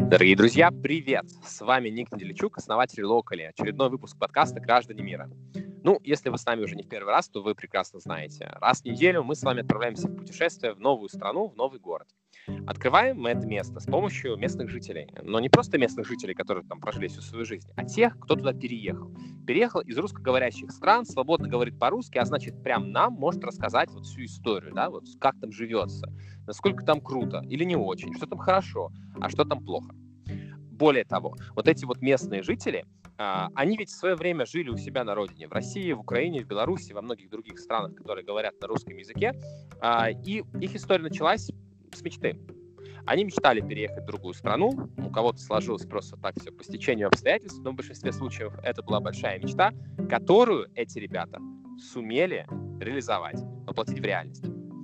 Дорогие друзья, привет! С вами Ник Неделичук, основатель Locally, очередной выпуск подкаста «Граждане мира». Если вы с нами уже не в первый раз, то вы прекрасно знаете. Раз в неделю мы с вами отправляемся в путешествие в новую страну, в новый город. Открываем мы это место с помощью местных жителей. Но не просто местных жителей, которые там прожили всю свою жизнь, а тех, кто туда переехал. Переехал из русскоговорящих стран, свободно говорит по-русски, а значит, прям нам может рассказать всю историю, как там живется, насколько там круто или не очень, что там хорошо, а что там плохо. Более того, эти местные жители, они ведь в свое время жили у себя на родине, в России, в Украине, в Беларуси, во многих других странах, которые говорят на русском языке, и их история началась с мечты. Они мечтали переехать в другую страну, у кого-то сложилось просто так все по стечению обстоятельств, но в большинстве случаев это была большая мечта, которую эти ребята сумели реализовать, воплотить в реальность.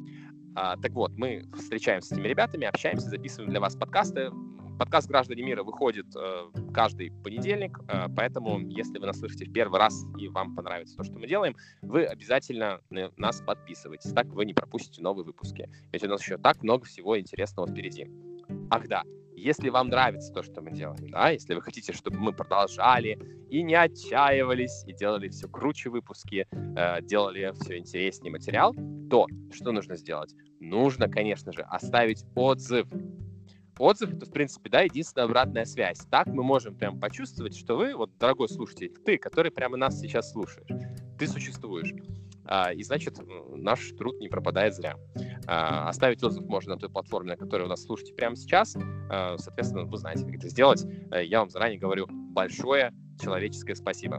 Мы встречаемся с этими ребятами, общаемся, записываем для вас подкасты. Подкаст «Граждане мира» выходит каждый понедельник, поэтому, если вы нас слышите в первый раз и вам понравится то, что мы делаем, вы обязательно на нас подписывайтесь, так вы не пропустите новые выпуски. Ведь у нас еще так много всего интересного впереди. Ах да, если вам нравится то, что мы делаем, если вы хотите, чтобы мы продолжали и не отчаивались, и делали все круче выпуски, делали все интереснее материал, то что нужно сделать? Нужно, конечно же, оставить отзыв. Отзыв — это, в принципе, единственная обратная связь. Так мы можем прям почувствовать, что вы, дорогой слушатель, ты, который прямо нас сейчас слушаешь, ты существуешь. И значит, наш труд не пропадает зря. Оставить отзыв можно на той платформе, на которой вы нас слушаете прямо сейчас. Соответственно, вы знаете, как это сделать. Я вам заранее говорю большое человеческое спасибо.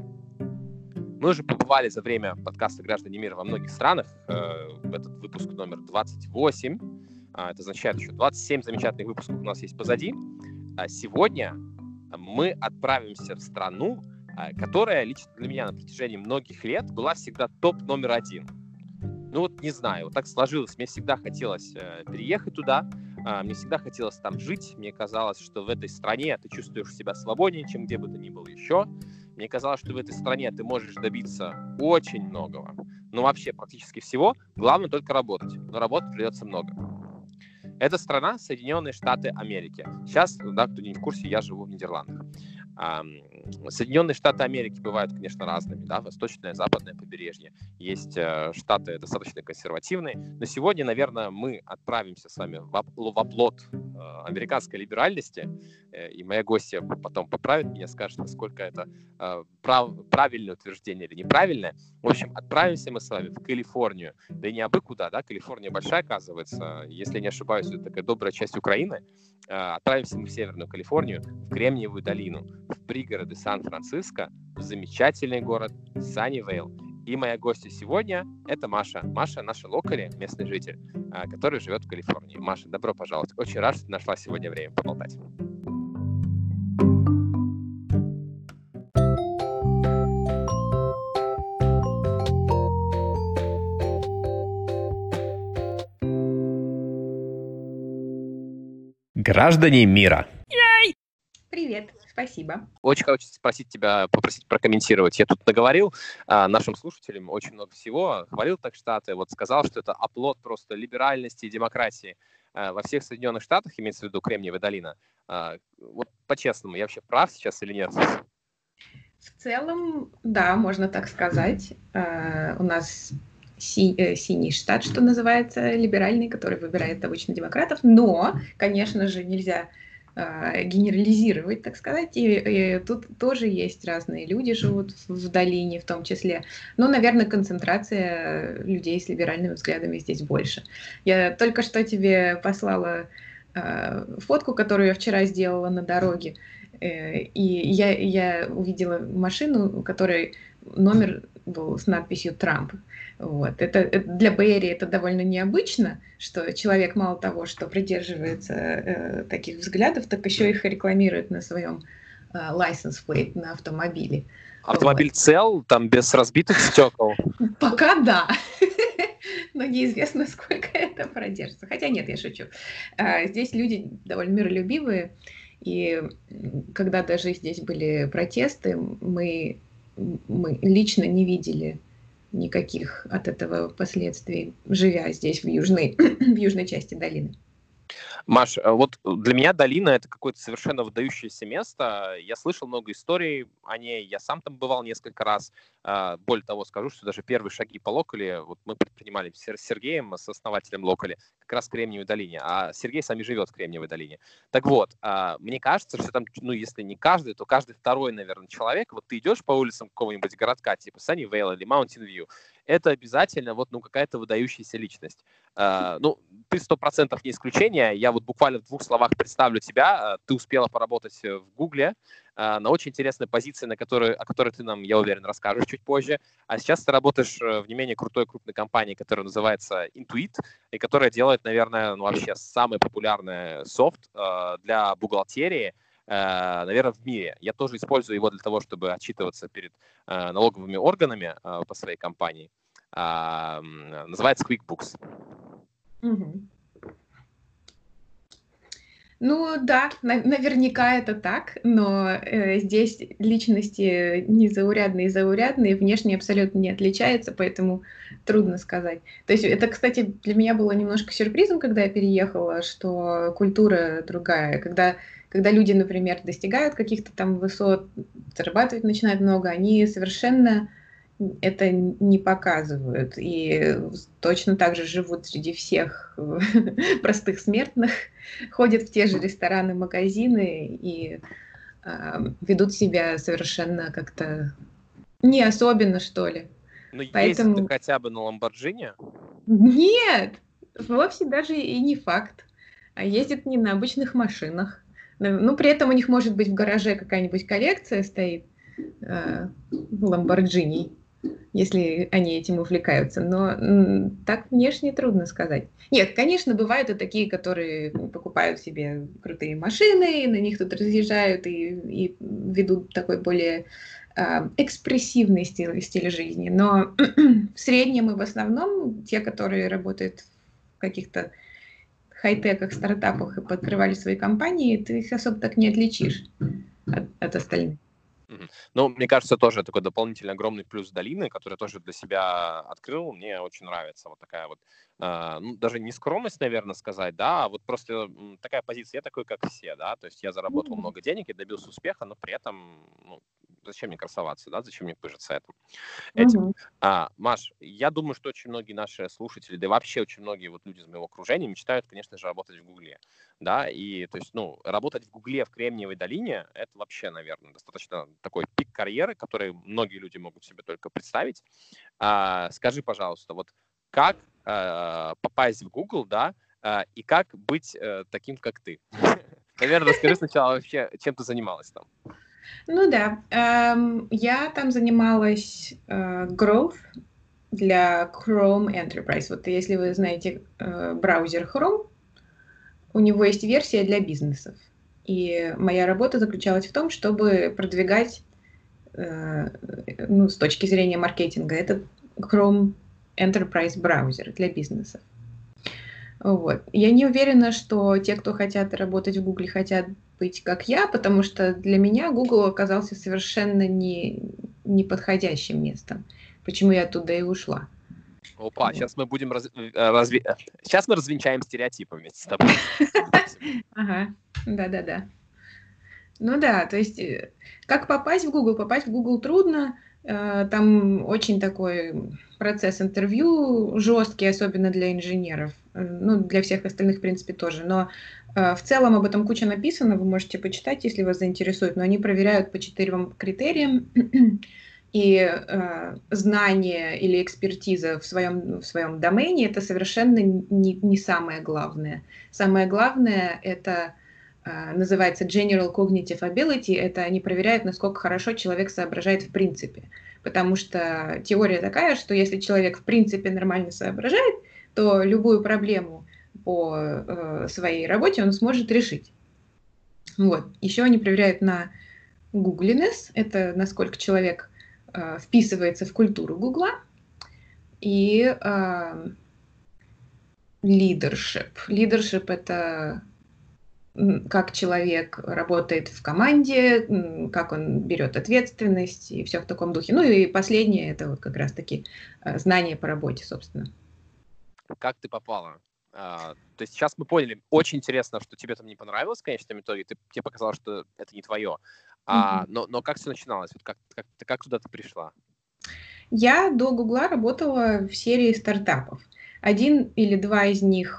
Мы уже побывали за время подкаста «Граждане мира» во многих странах. Этот выпуск номер 28. Это означает, еще 27 замечательных выпусков у нас есть позади. Сегодня мы отправимся в страну, которая лично для меня на протяжении многих лет была всегда топ номер один. Не знаю, так сложилось. Мне всегда хотелось переехать туда, мне всегда хотелось там жить. Мне казалось, что в этой стране ты чувствуешь себя свободнее, чем где бы то ни было еще. Мне казалось, что в этой стране ты можешь добиться очень многого. Вообще практически всего. Главное только работать. Но работать придется много. Это страна Соединенные Штаты Америки. Сейчас, кто не в курсе, я живу в Нидерландах. Соединенные Штаты Америки бывают, конечно, разными. Восточное, западное побережье. Есть штаты достаточно консервативные. Но сегодня, наверное, мы отправимся с вами в оплот американской либеральности. И моя гостья потом поправит меня, скажет, насколько это правильное утверждение или неправильное. В общем, отправимся мы с вами в Калифорнию. Да и не абы куда, Калифорния большая, оказывается. Если не ошибаюсь, это такая добрая часть Украины. Отправимся мы в Северную Калифорнию, в Кремниевую долину, в пригороды Сан-Франциско, в замечательный город Саннивейл. И моя гостья сегодня — это Маша. Маша — наша Locally, местный житель, который живет в Калифорнии. Маша, добро пожаловать. Очень рад, что ты нашла сегодня время поболтать. Граждане мира. Привет, спасибо. Очень хочется попросить прокомментировать. Я тут наговорил нашим слушателям очень много всего, хвалил так Штаты, сказал, что это оплот просто либеральности и демократии во всех Соединенных Штатах, имеется в виду Кремниевая долина. По-честному, я вообще прав сейчас или нет? В целом, да, можно так сказать. У нас синий штат, что называется, либеральный, который выбирает обычно демократов, но, конечно же, нельзя генерализировать, так сказать, и тут тоже есть разные люди, живут в долине в том числе, но, наверное, концентрация людей с либеральными взглядами здесь больше. Я только что тебе послала фотку, которую я вчера сделала на дороге, и я увидела машину, у которой номер был с надписью «Трамп». Это для Бэйри это довольно необычно, что человек мало того, что придерживается таких взглядов, так еще их рекламирует на своем license plate на автомобиле. Автомобиль цел, там без разбитых стекол? Пока да. Но неизвестно, сколько это продержится. Хотя нет, я шучу. Здесь люди довольно миролюбивые, и когда даже здесь были протесты, мы лично не видели никаких от этого последствий, живя здесь в южной части долины. Маш, вот для меня долина — это какое-то совершенно выдающееся место. Я слышал много историй о ней, я сам там бывал несколько раз. Более того, скажу, что даже первые шаги по Локали вот мы предпринимали с Сергеем, с основателем Локали, как раз в Кремниевой долине. А Сергей сам и живет в Кремниевой долине. Так вот, мне кажется, что там, ну, если не каждый, то каждый второй, наверное, человек, вот ты идешь по улицам какого-нибудь городка, типа Саннивейл или Mountain View, это обязательно вот, ну, какая-то выдающаяся личность. Ну, ты 100% не исключение. Я вот буквально в 2 словах представлю тебя. Ты успела поработать в Гугле на очень интересной позиции, о которой ты нам, я уверен, расскажешь чуть позже. А сейчас ты работаешь в не менее крутой крупной компании, которая называется Intuit, и которая делает, наверное, ну, вообще самый популярный софт для бухгалтерии, наверное, в мире. Я тоже использую его для того, чтобы отчитываться перед налоговыми органами по своей компании. Называется QuickBooks. Угу. Ну да, наверняка это так, но здесь личности незаурядные и заурядные, внешне абсолютно не отличаются, поэтому трудно сказать. То есть это, кстати, для меня было немножко сюрпризом, когда я переехала, что культура другая. Когда люди, например, достигают каких-то там высот, зарабатывать начинают много, они совершенно это не показывают. И точно так же живут среди всех простых смертных, ходят в те же рестораны, магазины и ведут себя совершенно как-то не особенно, что ли. Но ездит ты Поэтому хотя бы на Ламборджини? нет, вовсе даже и не факт. А ездят не на обычных машинах. Ну, при этом у них может быть в гараже какая-нибудь коллекция стоит Ламборджини, если они этим увлекаются. Но так внешне трудно сказать. Нет, конечно, бывают и такие, которые покупают себе крутые машины, на них тут разъезжают и ведут такой более экспрессивный стиль жизни. Но в среднем и в основном те, которые работают в каких-то хай-теках, стартапах и подкрывали свои компании, ты их особо так не отличишь от остальных. Ну, мне кажется, тоже такой дополнительный огромный плюс долины, который тоже для себя открыл. Мне очень нравится вот такая вот, ну, даже не скромность, наверное, сказать, да, а вот просто такая позиция, я такой, как все, да, то есть я заработал много денег, я добился успеха, но при этом, ну, зачем мне красоваться, да, зачем мне пыжиться этим. Маш, я думаю, что очень многие наши слушатели, да и вообще очень многие вот люди из моего окружения мечтают, конечно же, работать в Гугле, да, и, то есть, ну, работать в Гугле в Кремниевой долине, это вообще, наверное, достаточно такой пик карьеры, который многие люди могут себе только представить. Скажи, пожалуйста, вот как попасть в Google, да, и как быть таким, как ты? Наверное, расскажи сначала вообще, чем ты занималась там. Ну да, я там занималась growth для Chrome Enterprise. Вот если вы знаете браузер Chrome, у него есть версия для бизнесов. И моя работа заключалась в том, чтобы продвигать, ну, с точки зрения маркетинга, этот Chrome Enterprise браузер для бизнесов. Вот. Я не уверена, что те, кто хотят работать в Google, хотят быть как я, потому что для меня Google оказался совершенно неподходящим местом. Почему я оттуда и ушла. Опа, сейчас мы будем сейчас мы развенчаем стереотипы вместе с тобой. Ага, да-да-да. Ну да, то есть как попасть в Google? Попасть в Google трудно. Там очень такой процесс интервью жесткий, особенно для инженеров. Ну, для всех остальных, в принципе, тоже. Но в целом об этом куча написано, вы можете почитать, если вас заинтересует. Но они проверяют по 4 критериям. И знание или экспертиза в своем домене – это совершенно не самое главное. Самое главное – это называется General Cognitive Ability. Это они проверяют, насколько хорошо человек соображает в принципе. Потому что теория такая, что если человек в принципе нормально соображает, то любую проблему по своей работе он сможет решить. Вот. Еще они проверяют на Googliness. Это насколько человек вписывается в культуру Гугла, и leadership. Leadership — это как человек работает в команде, как он берет ответственность и все в таком духе. Ну и последнее — это вот как раз-таки знание по работе, собственно. Как ты попала То есть сейчас мы поняли, очень интересно, что тебе там не понравилось в конечном итоге, тебе показалось, что это не твое. Но как все начиналось? Вот как туда ты пришла? Я до Гугла работала в серии стартапов. Один или два из них,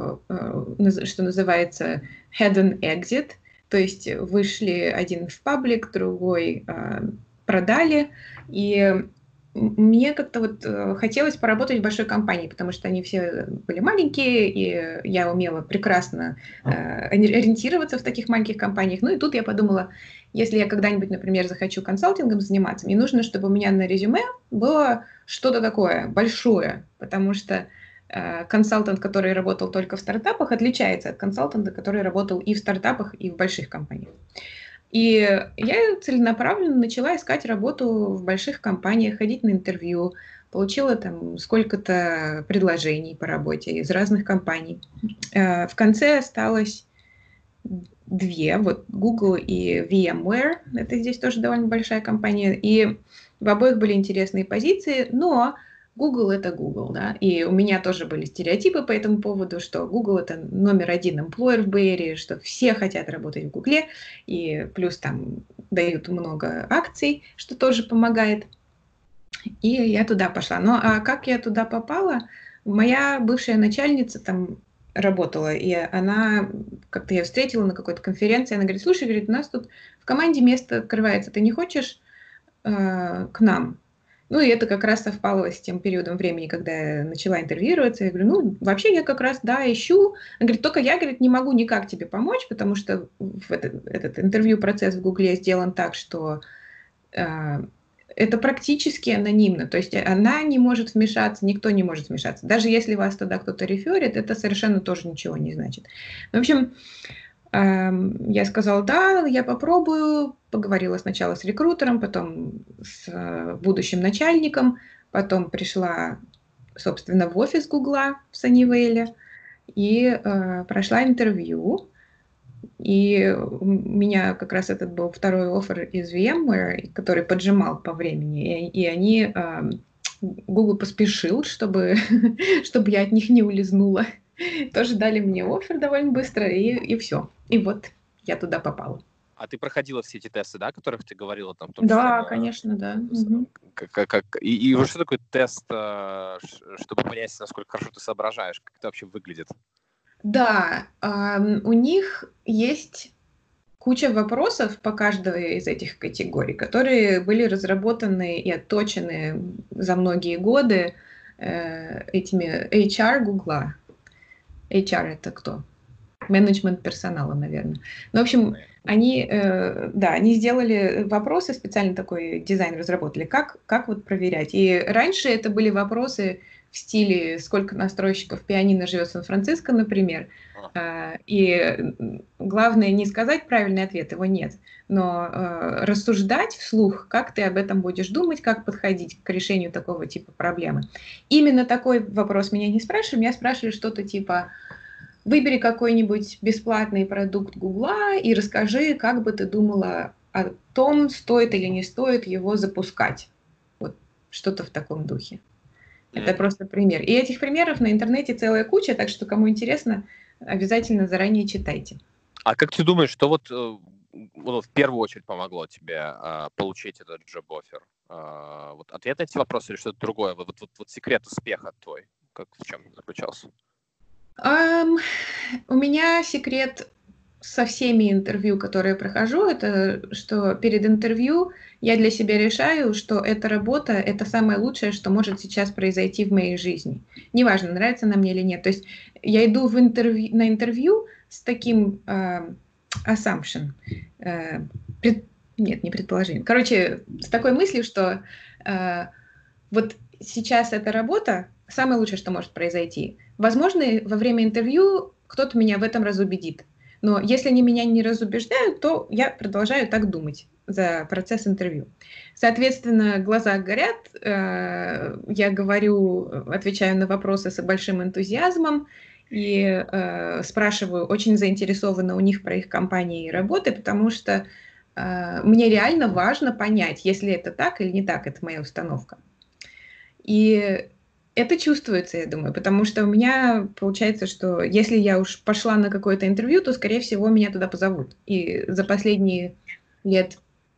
что называется, head and exit, то есть вышли один в паблик, другой продали, и мне как-то вот хотелось поработать в большой компании, потому что они все были маленькие, и я умела прекрасно ориентироваться в таких маленьких компаниях. Ну и тут я подумала, если я когда-нибудь, например, захочу консалтингом заниматься, мне нужно, чтобы у меня на резюме было что-то такое большое, потому что консалтант, который работал только в стартапах, отличается от консалтанта, который работал и в стартапах, и в больших компаниях. И я целенаправленно начала искать работу в больших компаниях, ходить на интервью, получила там сколько-то предложений по работе из разных компаний. В конце осталось две, вот Google и VMware, это здесь тоже довольно большая компания, и в обоих были интересные позиции, но Google — это Google, да, и у меня тоже были стереотипы по этому поводу, что Google — это номер один employer в Bay, что все хотят работать в Google, и плюс там дают много акций, что тоже помогает, и я туда пошла. Ну, а как я туда попала? Моя бывшая начальница там работала, и она, как-то я встретила на какой-то конференции, она говорит: слушай, говорит, у нас тут в команде место открывается, ты не хочешь к нам? Ну, и это как раз совпало с тем периодом времени, когда я начала интервьюироваться. Я говорю, ну, вообще я как раз, да, ищу. Она говорит, только я, говорит, не могу никак тебе помочь, потому что этот интервью-процесс в Гугле сделан так, что это практически анонимно, то есть она не может вмешаться, никто не может вмешаться. Даже если вас туда кто-то реферит, это совершенно тоже ничего не значит. В общем, я сказала, да, я попробую, поговорила сначала с рекрутером, потом с будущим начальником, потом пришла, собственно, в офис Гугла в Саннивейле и прошла интервью. И у меня как раз этот был второй оффер из VMware, который поджимал по времени, и они, Google поспешил, чтобы я от них не улизнула. Тоже дали мне оффер довольно быстро, и все. И вот я туда попала. А ты проходила все эти тесты, да, о которых ты говорила там, в том числе? Да, конечно, да. И вот что такое тест, чтобы понять, насколько хорошо ты соображаешь? Как это вообще выглядит? Да, у них есть куча вопросов по каждой из этих категорий, которые были разработаны и отточены за многие годы этими HR Гугла. HR — это кто? Менеджмент персонала, наверное. Ну, в общем, они сделали вопросы, специально такой дизайн разработали, как вот проверять. И раньше это были вопросы в стиле «Сколько настройщиков пианино живет в Сан-Франциско», например. И главное не сказать правильный ответ, его нет, но рассуждать вслух, как ты об этом будешь думать, как подходить к решению такого типа проблемы. Именно такой вопрос меня не спрашивали, меня спрашивали что-то типа: выбери какой-нибудь бесплатный продукт Гугла и расскажи, как бы ты думала о том, стоит или не стоит его запускать. Вот что-то в таком духе. Это просто пример. И этих примеров на интернете целая куча, так что кому интересно, обязательно заранее читайте. А как ты думаешь, что вот в первую очередь помогло тебе получить этот job-offer? Вот ответ на эти вопросы или что-то другое? Вот секрет успеха твой, в чем заключался? У меня секрет со всеми интервью, которые я прохожу, это что перед интервью я для себя решаю, что эта работа — это самое лучшее, что может сейчас произойти в моей жизни. Неважно, нравится она мне или нет. То есть я иду на интервью с таким assumption, не предположением. Короче, с такой мыслью, что вот сейчас эта работа — самое лучшее, что может произойти. Возможно, во время интервью кто-то меня в этом разубедит. Но если они меня не разубеждают, то я продолжаю так думать за процесс интервью. Соответственно, глаза горят, я говорю, отвечаю на вопросы с большим энтузиазмом и спрашиваю очень заинтересованно у них про их компании и работы, потому что мне реально важно понять, если это так или не так, это моя установка. И Это чувствуется, я думаю, потому что у меня получается, что если я уж пошла на какое-то интервью, то, скорее всего, меня туда позовут. И за последние лет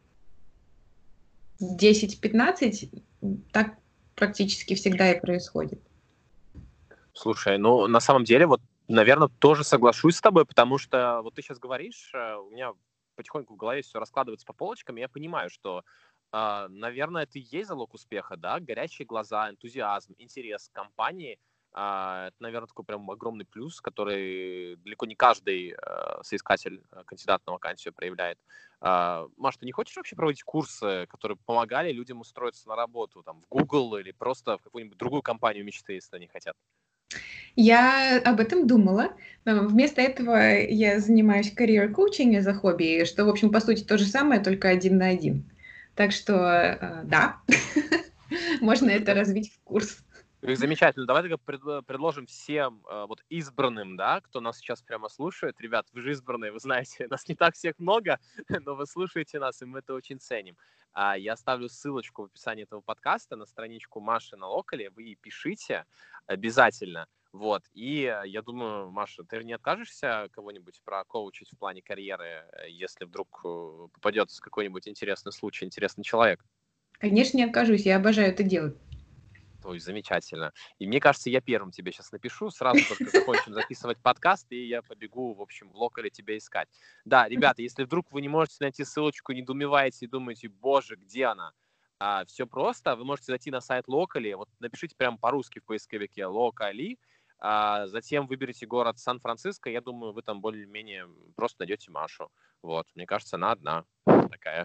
10-15 так практически всегда и происходит. Слушай, ну, на самом деле, вот, наверное, тоже соглашусь с тобой, потому что вот ты сейчас говоришь, у меня потихоньку в голове все раскладывается по полочкам, и я понимаю, что, наверное, это и есть залог успеха, да, горящие глаза, энтузиазм, интерес к компании, это, наверное, такой прям огромный плюс, который далеко не каждый соискатель, кандидат на вакансию проявляет. Маш, ты не хочешь вообще проводить курсы, которые помогали людям устроиться на работу, там, в Google или просто в какую-нибудь другую компанию мечты, если они хотят? Я об этом думала, но вместо этого я занимаюсь career-коучингом за хобби, что, в общем, по сути, то же самое, только 1 на 1. Так что, да, можно это развить в курс. Замечательно. Давай тогда предложим всем вот избранным, да, кто нас сейчас прямо слушает. Ребят, вы же избранные, вы знаете, нас не так всех много, но вы слушаете нас, и мы это очень ценим. Я оставлю ссылочку в описании этого подкаста на страничку Маши на Локале. Вы ей пишите обязательно. Вот. И я думаю, Маша, ты не откажешься кого-нибудь прокоучить в плане карьеры, если вдруг попадется какой-нибудь интересный случай, интересный человек? Конечно, не откажусь, я обожаю это делать. Ой, замечательно. И мне кажется, я первым тебе сейчас напишу, сразу только закончим записывать подкаст, и я побегу, в общем, в Локале тебя искать. Да, ребята, если вдруг вы не можете найти ссылочку, недоумеваете и думаете, боже, где она? Все просто, вы можете зайти на сайт Локали, вот напишите прямо по-русски в поисковике Локали, затем выберите город Сан-Франциско, я думаю, вы там более-менее просто найдете Машу. Вот, мне кажется, она одна такая.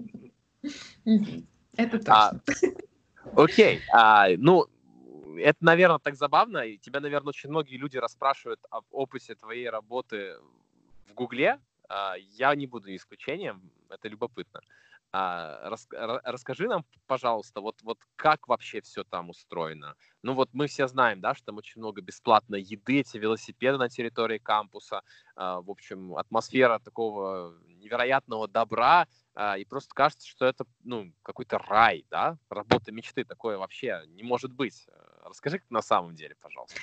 Это точно. Окей, ну, это, наверное, так забавно, и тебя, наверное, очень многие люди расспрашивают об опыте твоей работы в Гугле. Я не буду исключением, это любопытно. Расскажи нам, пожалуйста, вот как вообще все там устроено? Ну вот мы все знаем, да, что там очень много бесплатной еды, эти велосипеды на территории кампуса, в общем, атмосфера такого невероятного добра, и просто кажется, что это, ну, какой-то рай, да, работа мечты, такое вообще не может быть. Расскажи на самом деле, пожалуйста.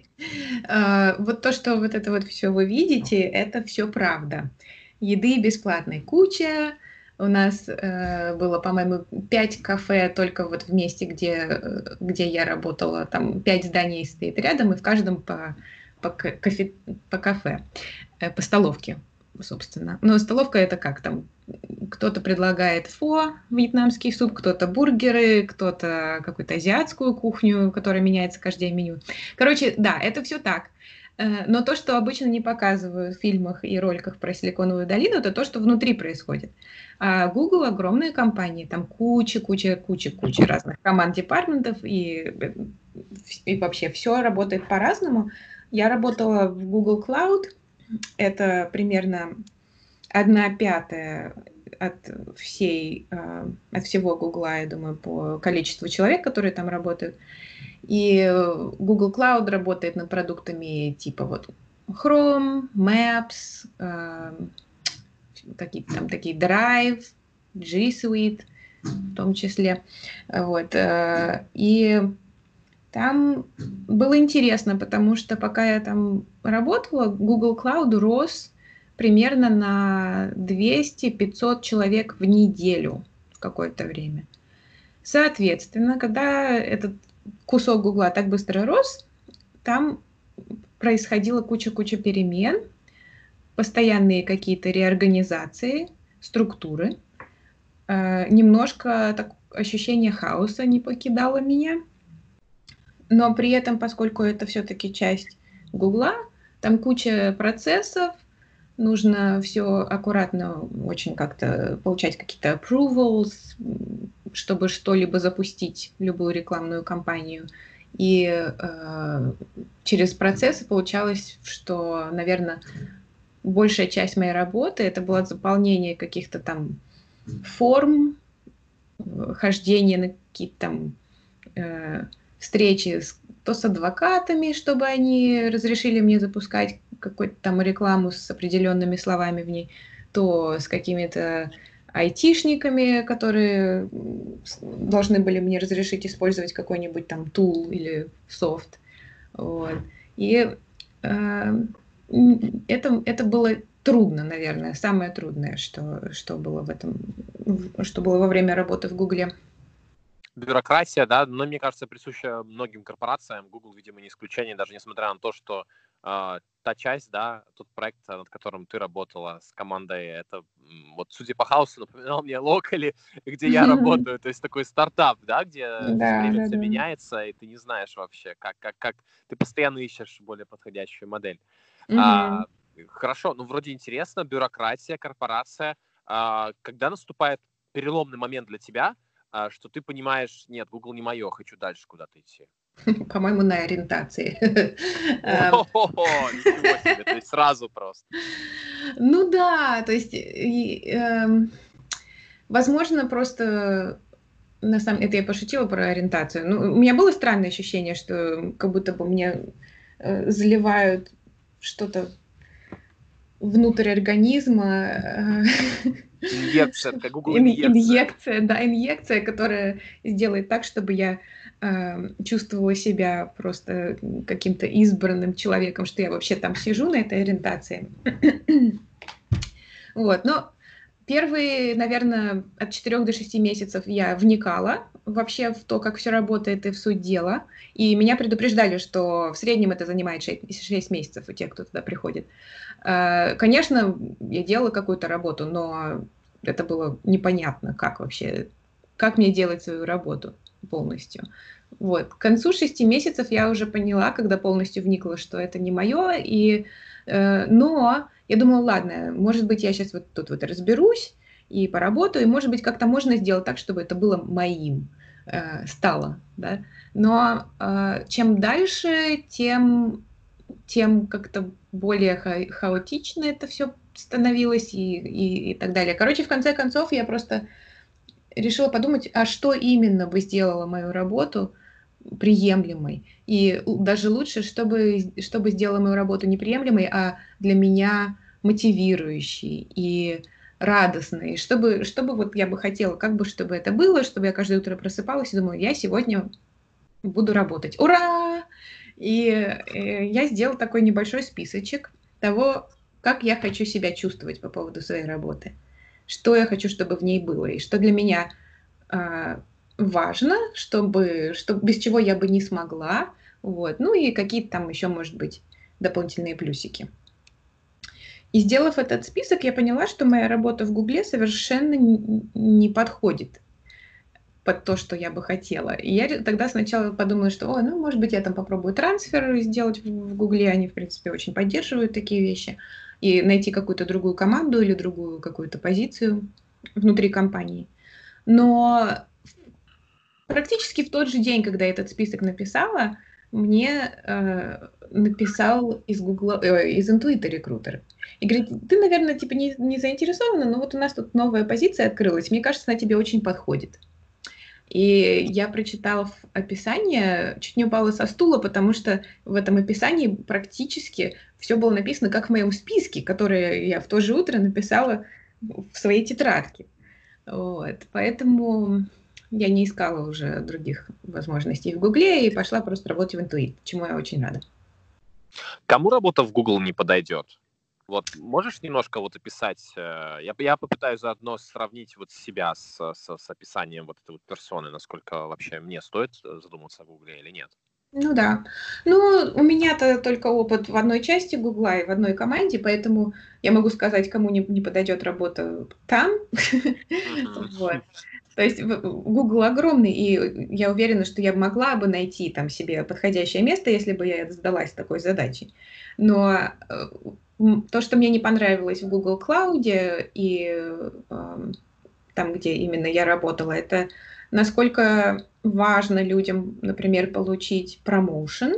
Вот то, что вот это вот все вы видите, это все правда. Еды бесплатной куча. У нас было, по-моему, 5 кафе только вот в месте, где я работала. Там 5 зданий стоит рядом, и в каждом по кафе, по столовке, собственно. Но столовка это как там? Кто-то предлагает фо, вьетнамский суп, кто-то бургеры, кто-то какую-то азиатскую кухню, которая меняется каждый день меню. Короче, да, это все так. Но то, что обычно не показывают в фильмах и роликах про Силиконовую долину, это то, что внутри происходит. А Google огромная компания, там куча разных команд, департаментов, и вообще все работает по-разному. Я работала в Google Cloud, это примерно 1/5 от всего Гугла, я думаю, по количеству человек, которые там работают. И Google Cloud работает над продуктами типа вот Chrome, Maps, какие-то там такие Drive, G Suite в том числе. Вот. И там было интересно, потому что пока я там работала, Google Cloud рос примерно на 200-500 человек в неделю в какое-то время. Соответственно, когда этот кусок Гугла так быстро рос, там происходила куча перемен, постоянные какие-то реорганизации, структуры. Немножко так, ощущение хаоса не покидало меня. Но при этом, поскольку это все-таки часть Гугла, там куча процессов, нужно все аккуратно очень как-то получать какие-то approvals, чтобы что-либо запустить, любую рекламную кампанию. И через процессы получалось, что, наверное, большая часть моей работы это было заполнение каких-то там форм, хождение на какие-то там встречи то с адвокатами, чтобы они разрешили мне запускать какую-то там рекламу с определенными словами в ней, то с какими-то айтишниками, которые должны были мне разрешить использовать какой-нибудь там тул или софт. Вот. И это было трудно, наверное, самое трудное, что было в этом, что было во время работы в Гугле. Бюрократия, да, но мне кажется, присуща многим корпорациям. Google, видимо, не исключение, даже несмотря на то, что та часть, да, тот проект, над которым ты работала с командой, это вот, судя по хаосу, напоминал мне Locally, где я работаю, то есть такой стартап, да, где все Да, время да, все да. меняется, и ты не знаешь вообще, как ты постоянно ищешь более подходящую модель. Мгм. Хорошо, ну вроде интересно, бюрократия, корпорация. Когда наступает переломный момент для тебя, что ты понимаешь, нет, Google не мое, хочу дальше куда-то идти? По-моему, на ориентации. О, ничего себе, то есть сразу просто. Ну да, то есть, возможно, просто на самом это я пошутила про ориентацию. Ну, у меня было странное ощущение, что как будто бы мне заливают что-то внутрь организма. Инъекция, такая Google инъекция. Инъекция, да, инъекция, которая сделает так, чтобы я чувствовала себя просто каким-то избранным человеком, что я вообще там сижу на этой ориентации. Вот, но первые, наверное, от 4 до 6 месяцев я вникала вообще в то, как все работает и в суть дела. И меня предупреждали, что в среднем это занимает 6 месяцев у тех, кто туда приходит. Конечно, я делала какую-то работу, но это было непонятно, как вообще, как мне делать свою работу полностью. Вот. К концу 6 месяцев я уже поняла, когда полностью вникла, что это не мое, но я думала, ладно, может быть, я сейчас вот тут вот разберусь и поработаю, и, может быть, как-то можно сделать так, чтобы это было моим, стало, да. Но чем дальше, тем как-то более хаотично это все становилось и так далее. Короче, в конце концов, я просто решила подумать, а что именно бы сделало мою работу приемлемой. И даже лучше, чтобы сделало мою работу неприемлемой, а для меня мотивирующей и радостной. Чтобы вот я бы хотела, как бы, чтобы это было, чтобы я каждое утро просыпалась и думала, я сегодня буду работать. Ура! И я сделала такой небольшой списочек того, как я хочу себя чувствовать по поводу своей работы. Что я хочу, чтобы в ней было, и что для меня а, важно, чтобы без чего я бы не смогла. Вот. Ну и какие-то там еще, может быть, дополнительные плюсики. И сделав этот список, я поняла, что моя работа в Гугле совершенно не подходит под то, что я бы хотела. И я тогда сначала подумала, что, ну, может быть, я там попробую трансфер сделать в Гугле, они, в принципе, очень поддерживают такие вещи, и найти какую-то другую команду или другую какую-то позицию внутри компании. Но практически в тот же день, когда я этот список написала, мне написал из Intuit рекрутер. И говорит, ты, наверное, типа не заинтересована, но вот у нас тут новая позиция открылась, мне кажется, она тебе очень подходит. И я прочитала описание, чуть не упала со стула, потому что в этом описании практически все было написано, как в моем списке, который я в то же утро написала в своей тетрадке. Вот. Поэтому я не искала уже других возможностей в Гугле и пошла просто работать в Intuit, чему я очень рада. Кому работа в Google не подойдет? Вот можешь немножко вот описать? Я попытаюсь заодно сравнить вот себя с описанием вот этой вот персоны, насколько вообще мне стоит задуматься о Гугле или нет. Ну да. Ну, у меня-то только опыт в одной части Гугла и в одной команде, поэтому я могу сказать, кому не подойдет работа там. Вот. То есть Google огромный, и я уверена, что я могла бы найти там себе подходящее место, если бы я задалась такой задачей. Но то, что мне не понравилось в Google Cloud и там, где именно я работала, это насколько важно людям, например, получить промоушен.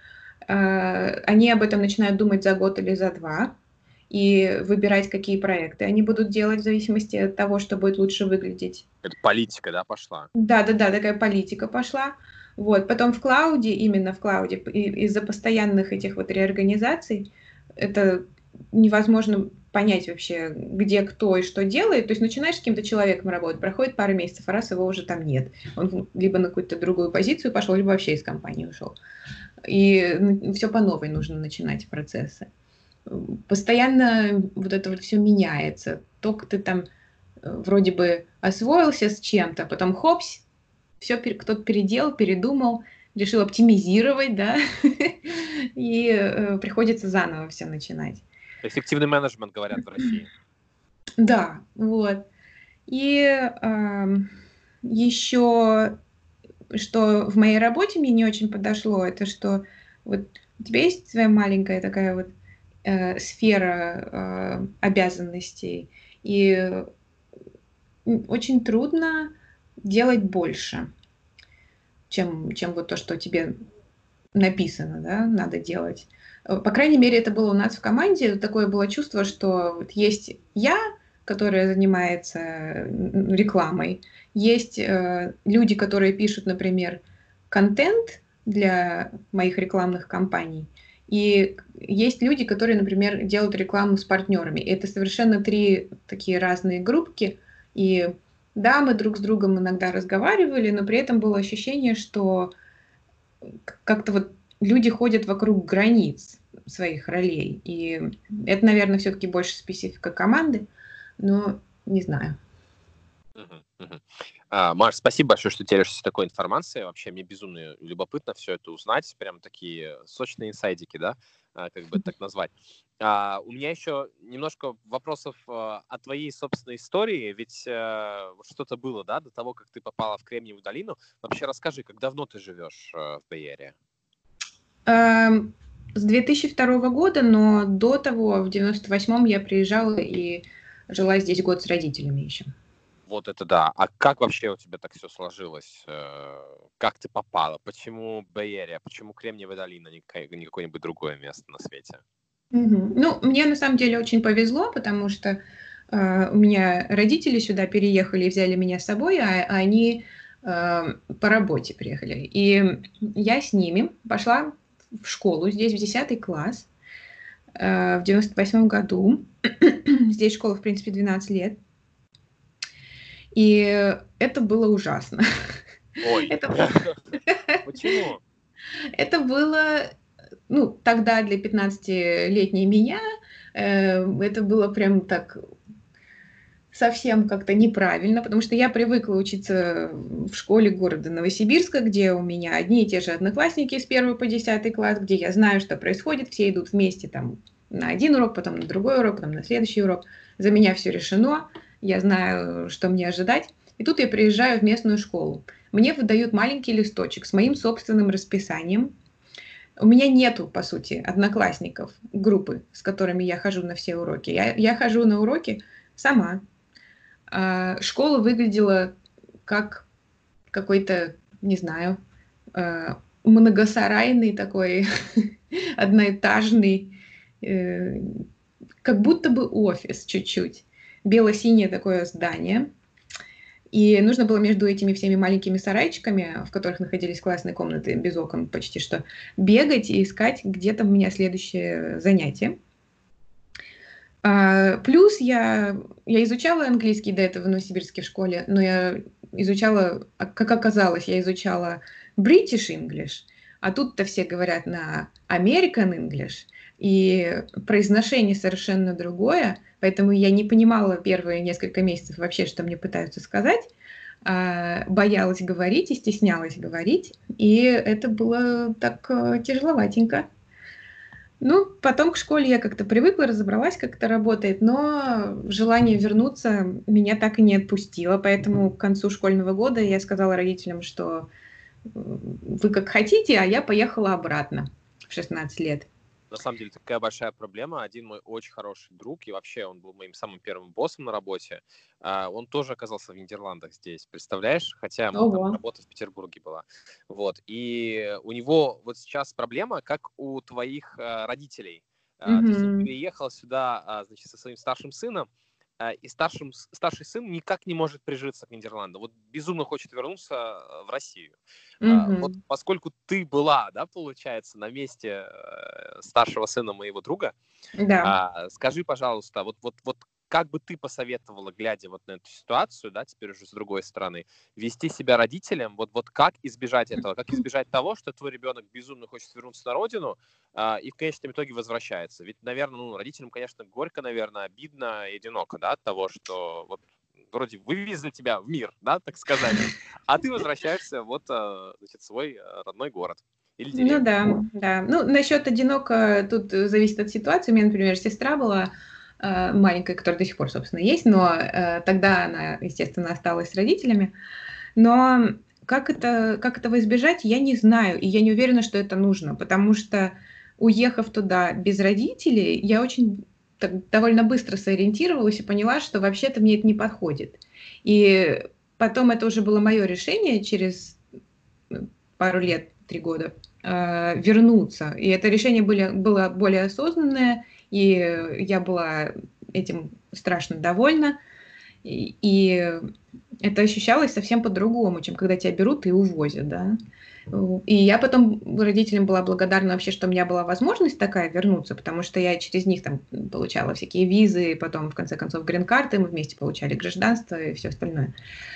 Они об этом начинают думать за год или за 2 и выбирать, какие проекты они будут делать в зависимости от того, что будет лучше выглядеть. Это политика, да, пошла? Да-да-да, такая политика пошла. Вот. Потом в клауде, именно в клауде, из-за постоянных этих вот реорганизаций, это невозможно понять вообще, где кто и что делает. То есть начинаешь с каким-то человеком работать, проходит пару месяцев, а раз его уже там нет. Он либо на какую-то другую позицию пошел, либо вообще из компании ушел. И все по новой нужно начинать процессы. Постоянно вот это вот все меняется. Только ты там вроде бы освоился с чем-то, потом хопс, все кто-то переделал, передумал, решил оптимизировать, да, и приходится заново все начинать. Эффективный менеджмент, говорят в России. Да, вот. И еще, что в моей работе мне не очень подошло, это что вот у тебя есть своя маленькая такая вот сфера обязанностей, и очень трудно делать больше, чем вот то, что тебе написано, да, надо делать. По крайней мере, это было у нас в команде. Такое было чувство, что вот есть я, которая занимается рекламой, есть люди, которые пишут, например, контент для моих рекламных кампаний, и есть люди, которые, например, делают рекламу с партнерами. И это совершенно три такие разные группки. И да, мы друг с другом иногда разговаривали, но при этом было ощущение, что как-то вот люди ходят вокруг границ своих ролей. И это, наверное, все-таки больше специфика команды, но не знаю. Маш, спасибо большое, что делишься такой информацией. Вообще, мне безумно любопытно все это узнать. Прям такие сочные инсайдики, да, как бы так назвать. У меня еще немножко вопросов о твоей собственной истории. Ведь что-то было, да, до того, как ты попала в Кремниевую долину. Вообще, расскажи, как давно ты живешь в Бэй-Эре? С 2002 года, но до того, в 98-м, я приезжала и жила здесь год с родителями еще. Вот это да. А как вообще у тебя так все сложилось? Как ты попала? Почему Бэй-Эре? Почему Кремниевая долина, не какое-нибудь другое место на свете? Ну, мне на самом деле очень повезло, потому что у меня родители сюда переехали и взяли меня с собой, а они по работе приехали. И я с ними пошла в школу здесь, в 10 класс, в 98 году. Здесь школа, в принципе, 12 лет. И это было ужасно. Ой, почему? Это было, ну, тогда для 15-летней меня, это было прям так совсем как-то неправильно, потому что я привыкла учиться в школе города Новосибирска, где у меня одни и те же одноклассники с 1 по 10 класс, где я знаю, что происходит, все идут вместе там на один урок, потом на другой урок, потом на следующий урок. За меня все решено, я знаю, что мне ожидать. И тут я приезжаю в местную школу. Мне выдают маленький листочек с моим собственным расписанием. У меня нету, по сути, одноклассников, группы, с которыми я хожу на все уроки. Я хожу на уроки сама. Школа выглядела как какой-то, не знаю, многосарайный такой, одноэтажный, как будто бы офис чуть-чуть. Бело-синее такое здание. И нужно было между этими всеми маленькими сарайчиками, в которых находились классные комнаты без окон почти что, бегать и искать, где там у меня следующее занятие. Плюс я изучала английский до этого в Новосибирске в школе, но я изучала, как оказалось, я изучала British English, а тут-то все говорят на American English, и произношение совершенно другое, поэтому я не понимала первые несколько месяцев вообще, что мне пытаются сказать, боялась говорить и стеснялась говорить, и это было так тяжеловатенько. Ну, потом к школе я как-то привыкла, разобралась, как это работает, но желание вернуться меня так и не отпустило, поэтому к концу школьного года я сказала родителям, что вы как хотите, а я поехала обратно в 16 лет. На самом деле, такая большая проблема. Один мой очень хороший друг, и вообще он был моим самым первым боссом на работе, он тоже оказался в Нидерландах здесь, представляешь? Хотя там Ого. работа в Петербурге была. Вот. И у него вот сейчас проблема, как у твоих родителей. То есть он Мгм. переехал сюда, значит, со своим старшим сыном, и старший сын никак не может прижиться к Нидерландам. Вот безумно хочет вернуться в Россию. Вот Мгм. поскольку ты была, да, получается, на месте старшего сына моего друга, Да. скажи, пожалуйста, вот как бы ты посоветовала, глядя вот на эту ситуацию, да, теперь уже с другой стороны, вести себя родителям, вот как избежать этого, как избежать того, что твой ребенок безумно хочет вернуться на родину, и в конечном итоге возвращается. Ведь, наверное, ну, родителям, конечно, горько, наверное, обидно и одиноко, да, от того, что вот вроде вывезли тебя в мир, да, так сказать, а ты возвращаешься вот, значит, в свой родной город или Ну деревню. да, да. Ну, насчет одиноко тут зависит от ситуации. У меня, например, сестра была маленькая, которая до сих пор, собственно, есть, но тогда она, естественно, осталась с родителями. Но как этого избежать, я не знаю, и я не уверена, что это нужно, потому что, уехав туда без родителей, я очень так довольно быстро сориентировалась и поняла, что вообще-то мне это не подходит. И потом это уже было мое решение через пару лет, 3 года, вернуться. И это решение было более осознанное, и я была этим страшно довольна. И это ощущалось совсем по-другому, чем когда тебя берут и увозят, да. И я потом родителям была благодарна вообще, что у меня была возможность такая вернуться, потому что я через них там получала всякие визы, потом, в конце концов, грин-карты, мы вместе получали гражданство и все остальное.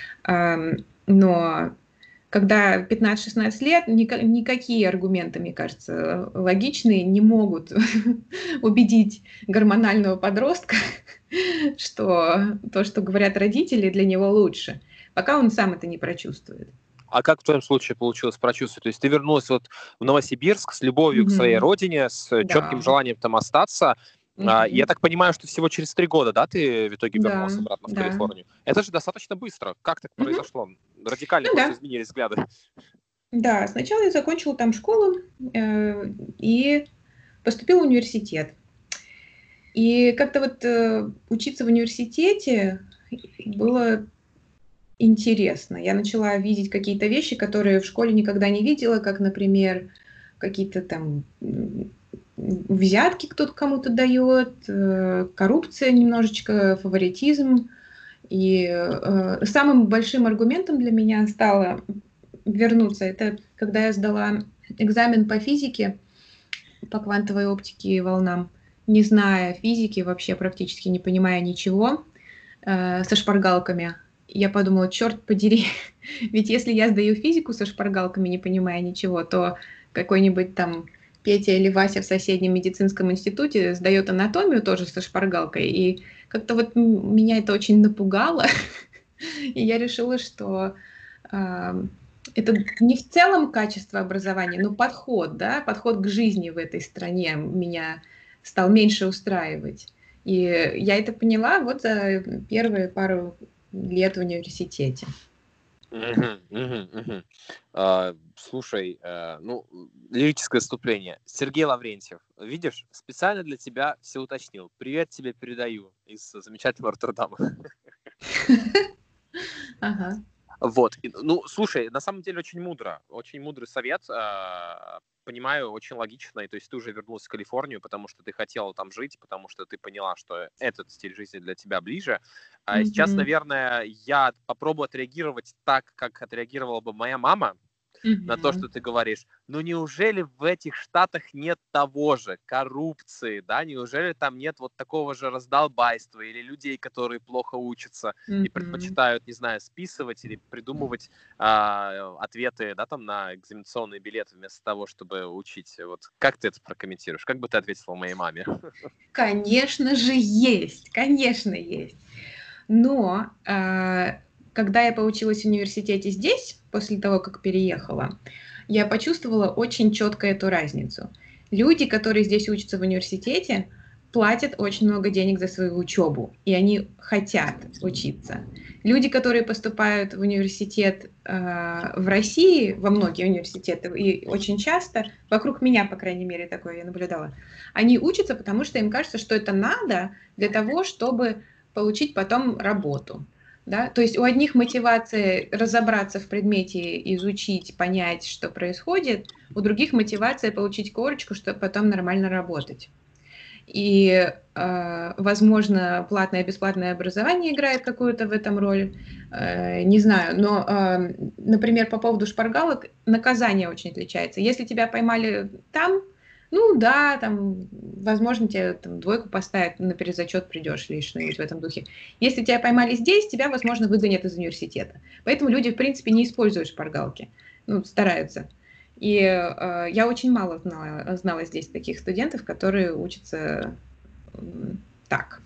Но когда 15-16 лет, никакие аргументы, мне кажется, логичные не могут убедить гормонального подростка, что то, что говорят родители, для него лучше, пока он сам это не прочувствует. А как в твоем случае получилось прочувствовать? То есть ты вернулась вот в Новосибирск с любовью к своей Мгм. родине, с четким Да. желанием там остаться. Я Мгм. так понимаю, что всего через 3 года, да, ты в итоге Да, вернулась обратно в да. Калифорнию? Это же достаточно быстро. Как так Мгм. произошло? Радикально Ну просто да. изменились взгляды. Да, сначала я закончила там школу, и поступила в университет. И как-то вот, учиться в университете было интересно. Я начала видеть какие-то вещи, которые в школе никогда не видела, как, например, какие-то там, взятки кто-то кому-то дает, коррупция немножечко, фаворитизм. И, самым большим аргументом для меня стало вернуться. Это когда я сдала экзамен по физике, по квантовой оптике и волнам, не зная физики, вообще практически не понимая ничего, со шпаргалками. Я подумала: черт подери, ведь если я сдаю физику со шпаргалками, не понимая ничего, то какой-нибудь там Петя или Вася в соседнем медицинском институте сдает анатомию тоже со шпаргалкой. И как-то вот меня это очень напугало. И я решила, что это не в целом качество образования, но подход, да, подход к жизни в этой стране меня стал меньше устраивать. И я это поняла вот за первые пару лет в университете. Мгм, мгм, мгм. Слушай, ну, лирическое вступление. Сергей Лаврентьев, видишь, специально для тебя все уточнил. Привет тебе передаю из замечательного Роттердама. Ага. Вот. Ну, слушай, на самом деле очень мудрый совет. Понимаю, очень логичный. То есть ты уже вернулась в Калифорнию, потому что ты хотела там жить, потому что ты поняла, что этот стиль жизни для тебя ближе. Сейчас, Мгм. наверное, я попробую отреагировать так, как отреагировала бы моя мама на то, Мгм. что ты говоришь. Но неужели в этих штатах нет того же, коррупции, да? Неужели там нет вот такого же раздолбайства или людей, которые плохо учатся и Мгм. предпочитают, не знаю, списывать или придумывать ответы, да, там на экзаменационный билет вместо того, чтобы учить? Вот как ты это прокомментируешь? Как бы ты ответила моей маме? Конечно же, есть, конечно, есть. Но, когда я поучилась в университете здесь, после того, как переехала, я почувствовала очень четко эту разницу. Люди, которые здесь учатся в университете, платят очень много денег за свою учебу, и они хотят учиться. Люди, которые поступают в университет в России, во многие университеты, и очень часто, вокруг меня, по крайней мере, такое я наблюдала, они учатся, потому что им кажется, что это надо для того, чтобы получить потом работу. Да? То есть у одних мотивация разобраться в предмете, изучить, понять, что происходит, у других мотивация получить корочку, чтобы потом нормально работать. И, возможно, платное, бесплатное образование играет какую-то в этом роль, не знаю. Но, например, по поводу шпаргалок, наказание очень отличается. Если тебя поймали там, ну да, там, возможно, тебе там, 2 поставят, на перезачет придешь или что-нибудь в этом духе. Если тебя поймали здесь, тебя, возможно, выгонят из университета. Поэтому люди, в принципе, не используют шпаргалки, ну, стараются. И я очень мало знала здесь таких студентов, которые учатся так.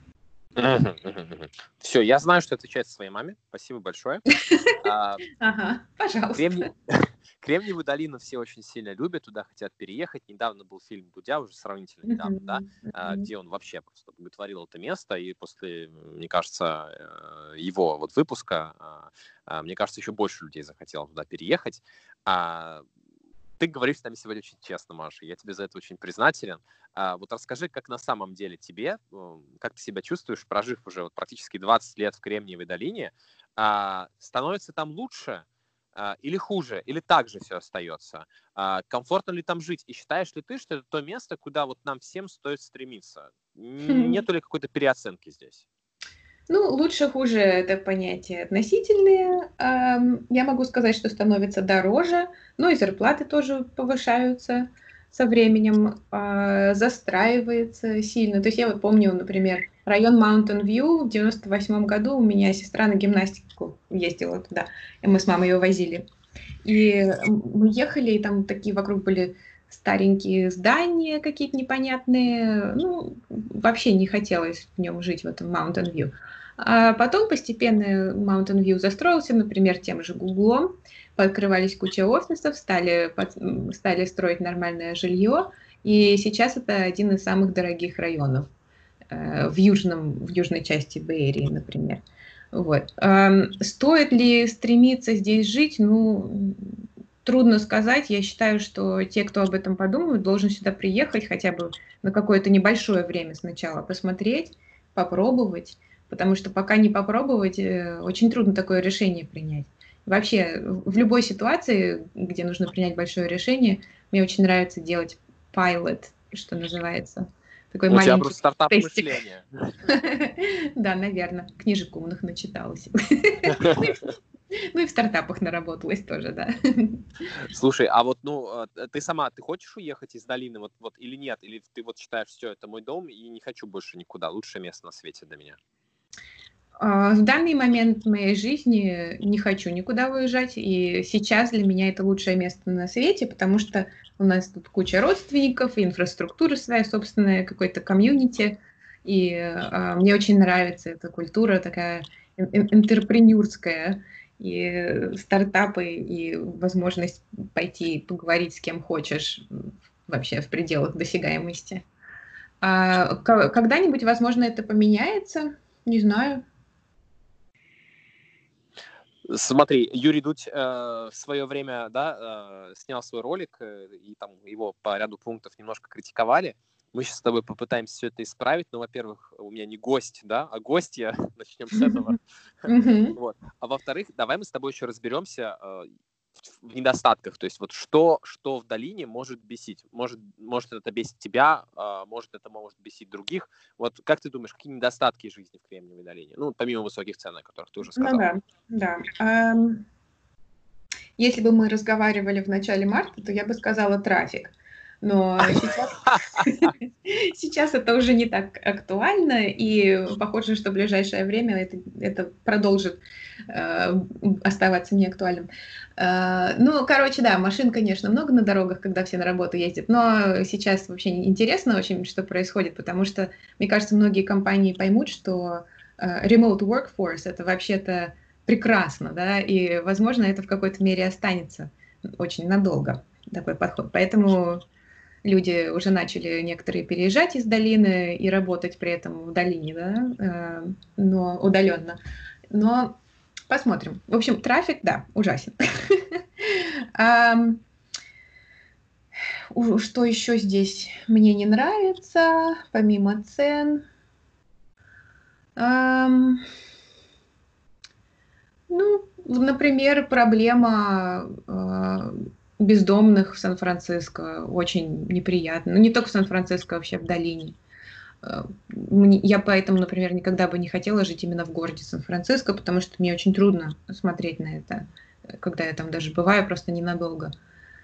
Все, я знаю, что отвечать своей маме. Спасибо большое. Ага, пожалуйста. Кремниевую долину все очень сильно любят, туда хотят переехать. Недавно был фильм Дудя, уже сравнительно недавно, да, где он вообще просто боготворил это место. И после, мне кажется, его вот выпуска, мне кажется, еще больше людей захотело туда переехать. Ты говоришь с нами сегодня очень честно, Маша, я тебе за это очень признателен. Вот расскажи, как на самом деле тебе, как ты себя чувствуешь, прожив уже вот практически 20 лет в Кремниевой долине, становится там лучше или хуже, или так же все остается? Комфортно ли там жить? И считаешь ли ты, что это то место, куда вот нам всем стоит стремиться? Нету ли какой-то переоценки здесь? Ну, лучше-хуже — это понятия относительные. Я могу сказать, что становится дороже, но и зарплаты тоже повышаются со временем, застраивается сильно. То есть я вот помню, например, район Mountain View в 98 году у меня сестра на гимнастику ездила туда, и мы с мамой ее возили. И мы ехали, и там такие вокруг были старенькие здания какие-то непонятные. Ну, вообще не хотелось в нем жить, в этом Mountain View. А потом постепенно Mountain View застроился, например, тем же Гуглом. Подкрывались куча офисов, стали строить нормальное жилье. И сейчас это один из самых дорогих районов в южной части Бэй-Эрии, например. Вот. Стоит ли стремиться здесь жить? Ну, трудно сказать. Я считаю, что те, кто об этом подумают, должен сюда приехать хотя бы на какое-то небольшое время сначала, посмотреть, попробовать, потому что пока не попробовать, очень трудно такое решение принять. Вообще, в любой ситуации, где нужно принять большое решение, мне очень нравится делать pilot, что называется. Такой У тебя маленький просто стартап тестик. мышления. Да, наверное. Книжек умных начиталась. Ну и в стартапах наработалась тоже, да. Слушай, а вот, ты хочешь уехать из долины, вот или нет? Или ты вот считаешь, все, это мой дом, и не хочу больше никуда, лучшее место на свете для меня? В данный момент моей жизни не хочу никуда выезжать, и сейчас для меня это лучшее место на свете, потому что у нас тут куча родственников, и инфраструктура своя собственная, какой-то комьюнити, и мне очень нравится эта культура такая интерпренюрская, и стартапы, и возможность пойти поговорить с кем хочешь вообще в пределах досягаемости. Когда-нибудь, возможно, это поменяется, не знаю. Смотри, Юрий Дудь в свое время, да, снял свой ролик, и там его по ряду пунктов немножко критиковали. Мы сейчас с тобой попытаемся все это исправить. Ну, во-первых, у меня не гость, да, а гостья. Начнем с этого. Вот. А во-вторых, давай мы с тобой еще разберемся в недостатках. То есть вот что в долине может бесить. Может это бесить тебя, может это может бесить других. Вот как ты думаешь, какие недостатки жизни в Кремниевой долине? Ну, помимо высоких цен, о которых ты уже сказал. Ну да. Если бы мы разговаривали в начале марта, то я бы сказала трафик. Но сейчас это уже не так актуально, и похоже, что в ближайшее время это продолжит оставаться неактуальным. Ну, короче, да, машин, конечно, много на дорогах, когда все на работу ездят, но сейчас вообще интересно очень, что происходит, потому что, мне кажется, многие компании поймут, что remote workforce — это вообще-то прекрасно, да, и, возможно, это в какой-то мере останется очень надолго, такой подход. Поэтому люди уже начали некоторые переезжать из долины и работать при этом в долине, да, но удаленно. Но посмотрим. В общем, трафик, да, ужасен. Что еще здесь мне не нравится, помимо цен? Ну, например, проблема бездомных в Сан-Франциско очень неприятна. Ну, не только в Сан-Франциско, а вообще в долине. Я поэтому, например, никогда бы не хотела жить именно в городе Сан-Франциско, потому что мне очень трудно смотреть на это, когда я там даже бываю просто ненадолго.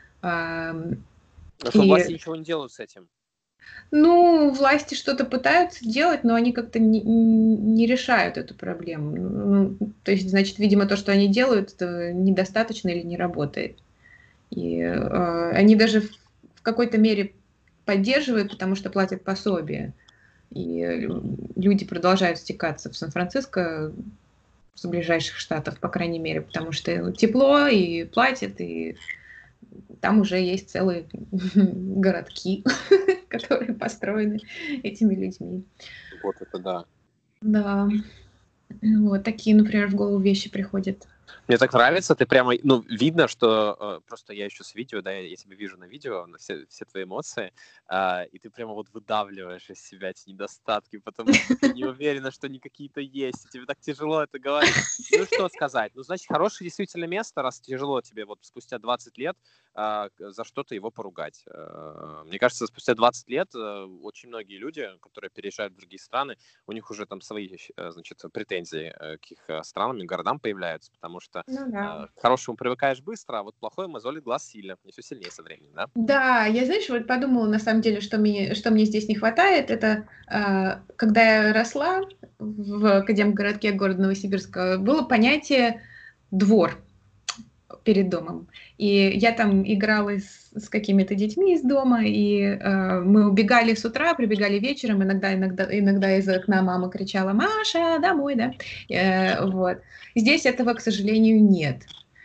Потому что власти И, ничего не делают с этим. ну, власти что-то пытаются делать, но они как-то не решают эту проблему. Ну, то есть, значит, видимо, то, что они делают, это недостаточно или не работает. И они даже в какой-то мере поддерживают, потому что платят пособие. И люди продолжают стекаться в Сан-Франциско с ближайших штатов, по крайней мере, потому что тепло и платят, и там уже есть целые городки, которые построены этими людьми. Вот это да. Да, вот такие, например, в голову вещи приходят. Мне так нравится, ты прямо, ну, видно, что просто я еще с видео, да, я тебя вижу на видео, на все твои эмоции, и ты прямо вот выдавливаешь из себя эти недостатки, потому что ты не уверена, что они какие-то есть, и тебе так тяжело это говорить. Ну, что сказать? Ну, значит, хорошее действительно место, раз тяжело тебе вот спустя 20 лет за что-то его поругать. Мне кажется, спустя 20 лет очень многие люди, которые переезжают в другие страны, у них уже там свои, значит, претензии к их странам и городам появляются, потому что Ну да. к хорошему привыкаешь быстро, а вот плохое мозолит глаз сильно, и все сильнее со временем, да? Да, я, знаешь, вот подумала, на самом деле, что мне здесь не хватает, это когда я росла в Академгородке города Новосибирска, было понятие «двор» перед домом. И я там играла с какими-то детьми из дома, и мы убегали с утра, прибегали вечером, иногда из окна мама кричала: «Маша, домой!» Да? Вот. Здесь этого, к сожалению, нет.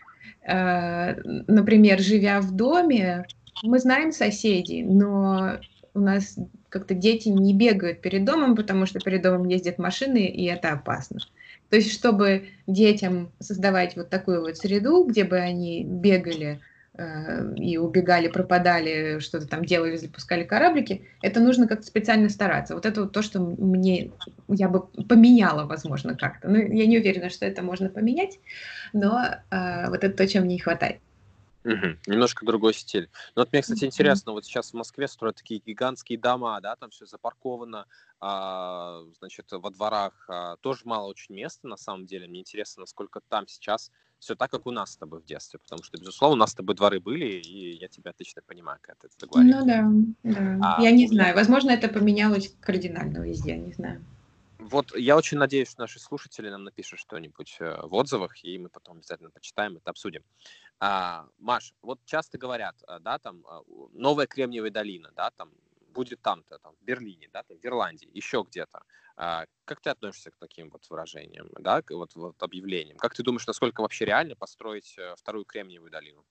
Например, живя в доме, мы знаем соседей, но у нас как-то дети не бегают перед домом, потому что перед домом ездят машины, и это опасно. То есть, чтобы детям создавать вот такую вот среду, где бы они бегали и убегали, пропадали, что-то там делали, запускали кораблики, это нужно как-то специально стараться. Вот это вот то, что я бы поменяла, возможно, как-то. Но я не уверена, что это можно поменять, но вот это то, чем мне не хватает. Мгм. Немножко другой стиль. Ну, вот мне, кстати, интересно, вот сейчас в Москве строят такие гигантские дома, да, там все запарковано, значит, во дворах тоже мало очень места, на самом деле. Мне интересно, насколько там сейчас все так, как у нас с тобой в детстве, потому что, безусловно, у нас с тобой дворы были, и я тебя отлично понимаю, когда ты это говоришь. Ну да, да. Я У не меня знаю. Возможно, это поменялось кардинально везде, не знаю. Вот я очень надеюсь, что наши слушатели нам напишут что-нибудь в отзывах, и мы потом обязательно почитаем, это обсудим. Маш, вот часто говорят, да, там новая Кремниевая долина, да, там будет там-то, там, в Берлине, да, там, в Ирландии, еще где-то. Как ты относишься к таким вот выражениям, да, вот объявлениям? Как ты думаешь, насколько вообще реально построить вторую Кремниевую долину?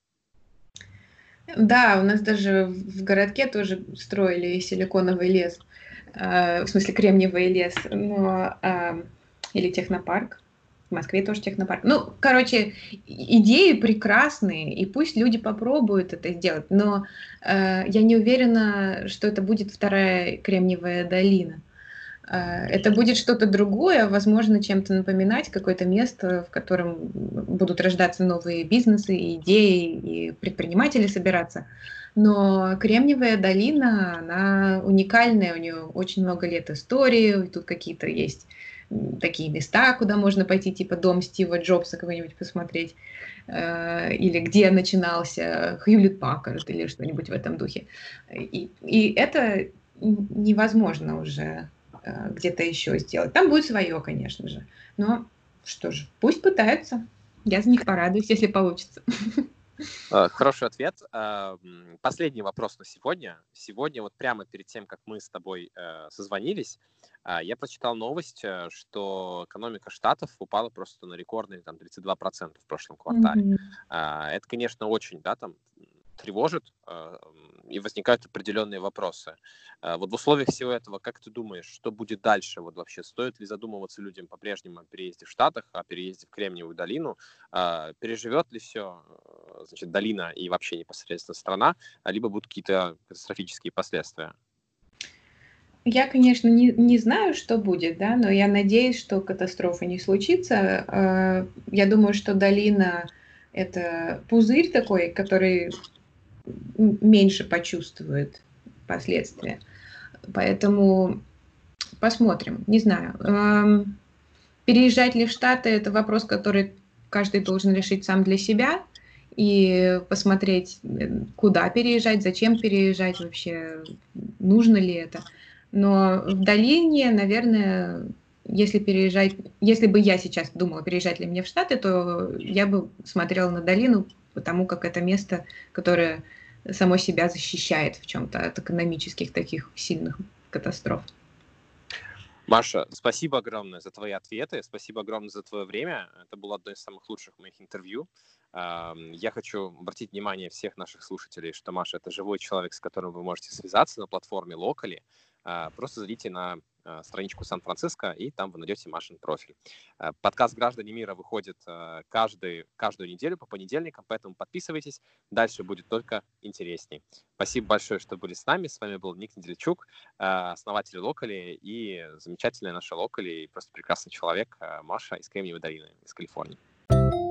Да, у нас даже в городке тоже строили силиконовый лес, в смысле кремниевый лес, но, или технопарк. В Москве тоже технопарк. Ну, короче, идеи прекрасные, и пусть люди попробуют это сделать, но я не уверена, что это будет вторая Кремниевая долина. Это будет что-то другое, возможно, чем-то напоминать какое-то место, в котором будут рождаться новые бизнесы, идеи, и предприниматели собираться. Но Кремниевая долина, она уникальная, у нее очень много лет истории, тут какие-то есть такие места, куда можно пойти, типа дом Стива Джобса какой-нибудь посмотреть, или где начинался Хьюлетт Паккард или что-нибудь в этом духе. И это невозможно уже где-то еще сделать. Там будет свое, конечно же. Но что же, пусть пытаются. Я за них порадуюсь, если получится. Хороший ответ. Последний вопрос на сегодня. Сегодня, вот прямо перед тем, как мы с тобой созвонились, я прочитал новость, что экономика Штатов упала просто на рекордные там 32% в прошлом квартале. Это, конечно, очень, да, там тревожит, и возникают определенные вопросы. Вот в условиях всего этого, как ты думаешь, что будет дальше? Вот вообще стоит ли задумываться людям по-прежнему о переезде в Штатах, о переезде в Кремниевую долину? Переживет ли все, значит, долина и вообще непосредственно страна, либо будут какие-то катастрофические последствия? Я, конечно, не знаю, что будет, да, но я надеюсь, что катастрофа не случится. Я думаю, что долина — это пузырь такой, который меньше почувствует последствия. Поэтому посмотрим, не знаю. Переезжать ли в Штаты – это вопрос, который каждый должен решить сам для себя и посмотреть, куда переезжать, зачем переезжать вообще, нужно ли это. Но в долине, наверное, если бы я сейчас думала, переезжать ли мне в Штаты, то я бы смотрела на долину, потому как это место, которое само себя защищает в чем-то от экономических таких сильных катастроф. Маша, спасибо огромное за твои ответы, спасибо огромное за твое время. Это было одно из самых лучших моих интервью. Я хочу обратить внимание всех наших слушателей, что Маша — это живой человек, с которым вы можете связаться на платформе Locally. Просто зайдите на страничку Сан-Франциско, и там вы найдете Машин профиль. Подкаст «Граждане мира» выходит каждую неделю по понедельникам, поэтому подписывайтесь, дальше будет только интересней. Спасибо большое, что были с нами. С вами был Ник Неделичук, основатель Locally и замечательная наша Locally, и просто прекрасный человек Маша из Кремниевой долины, из Калифорнии.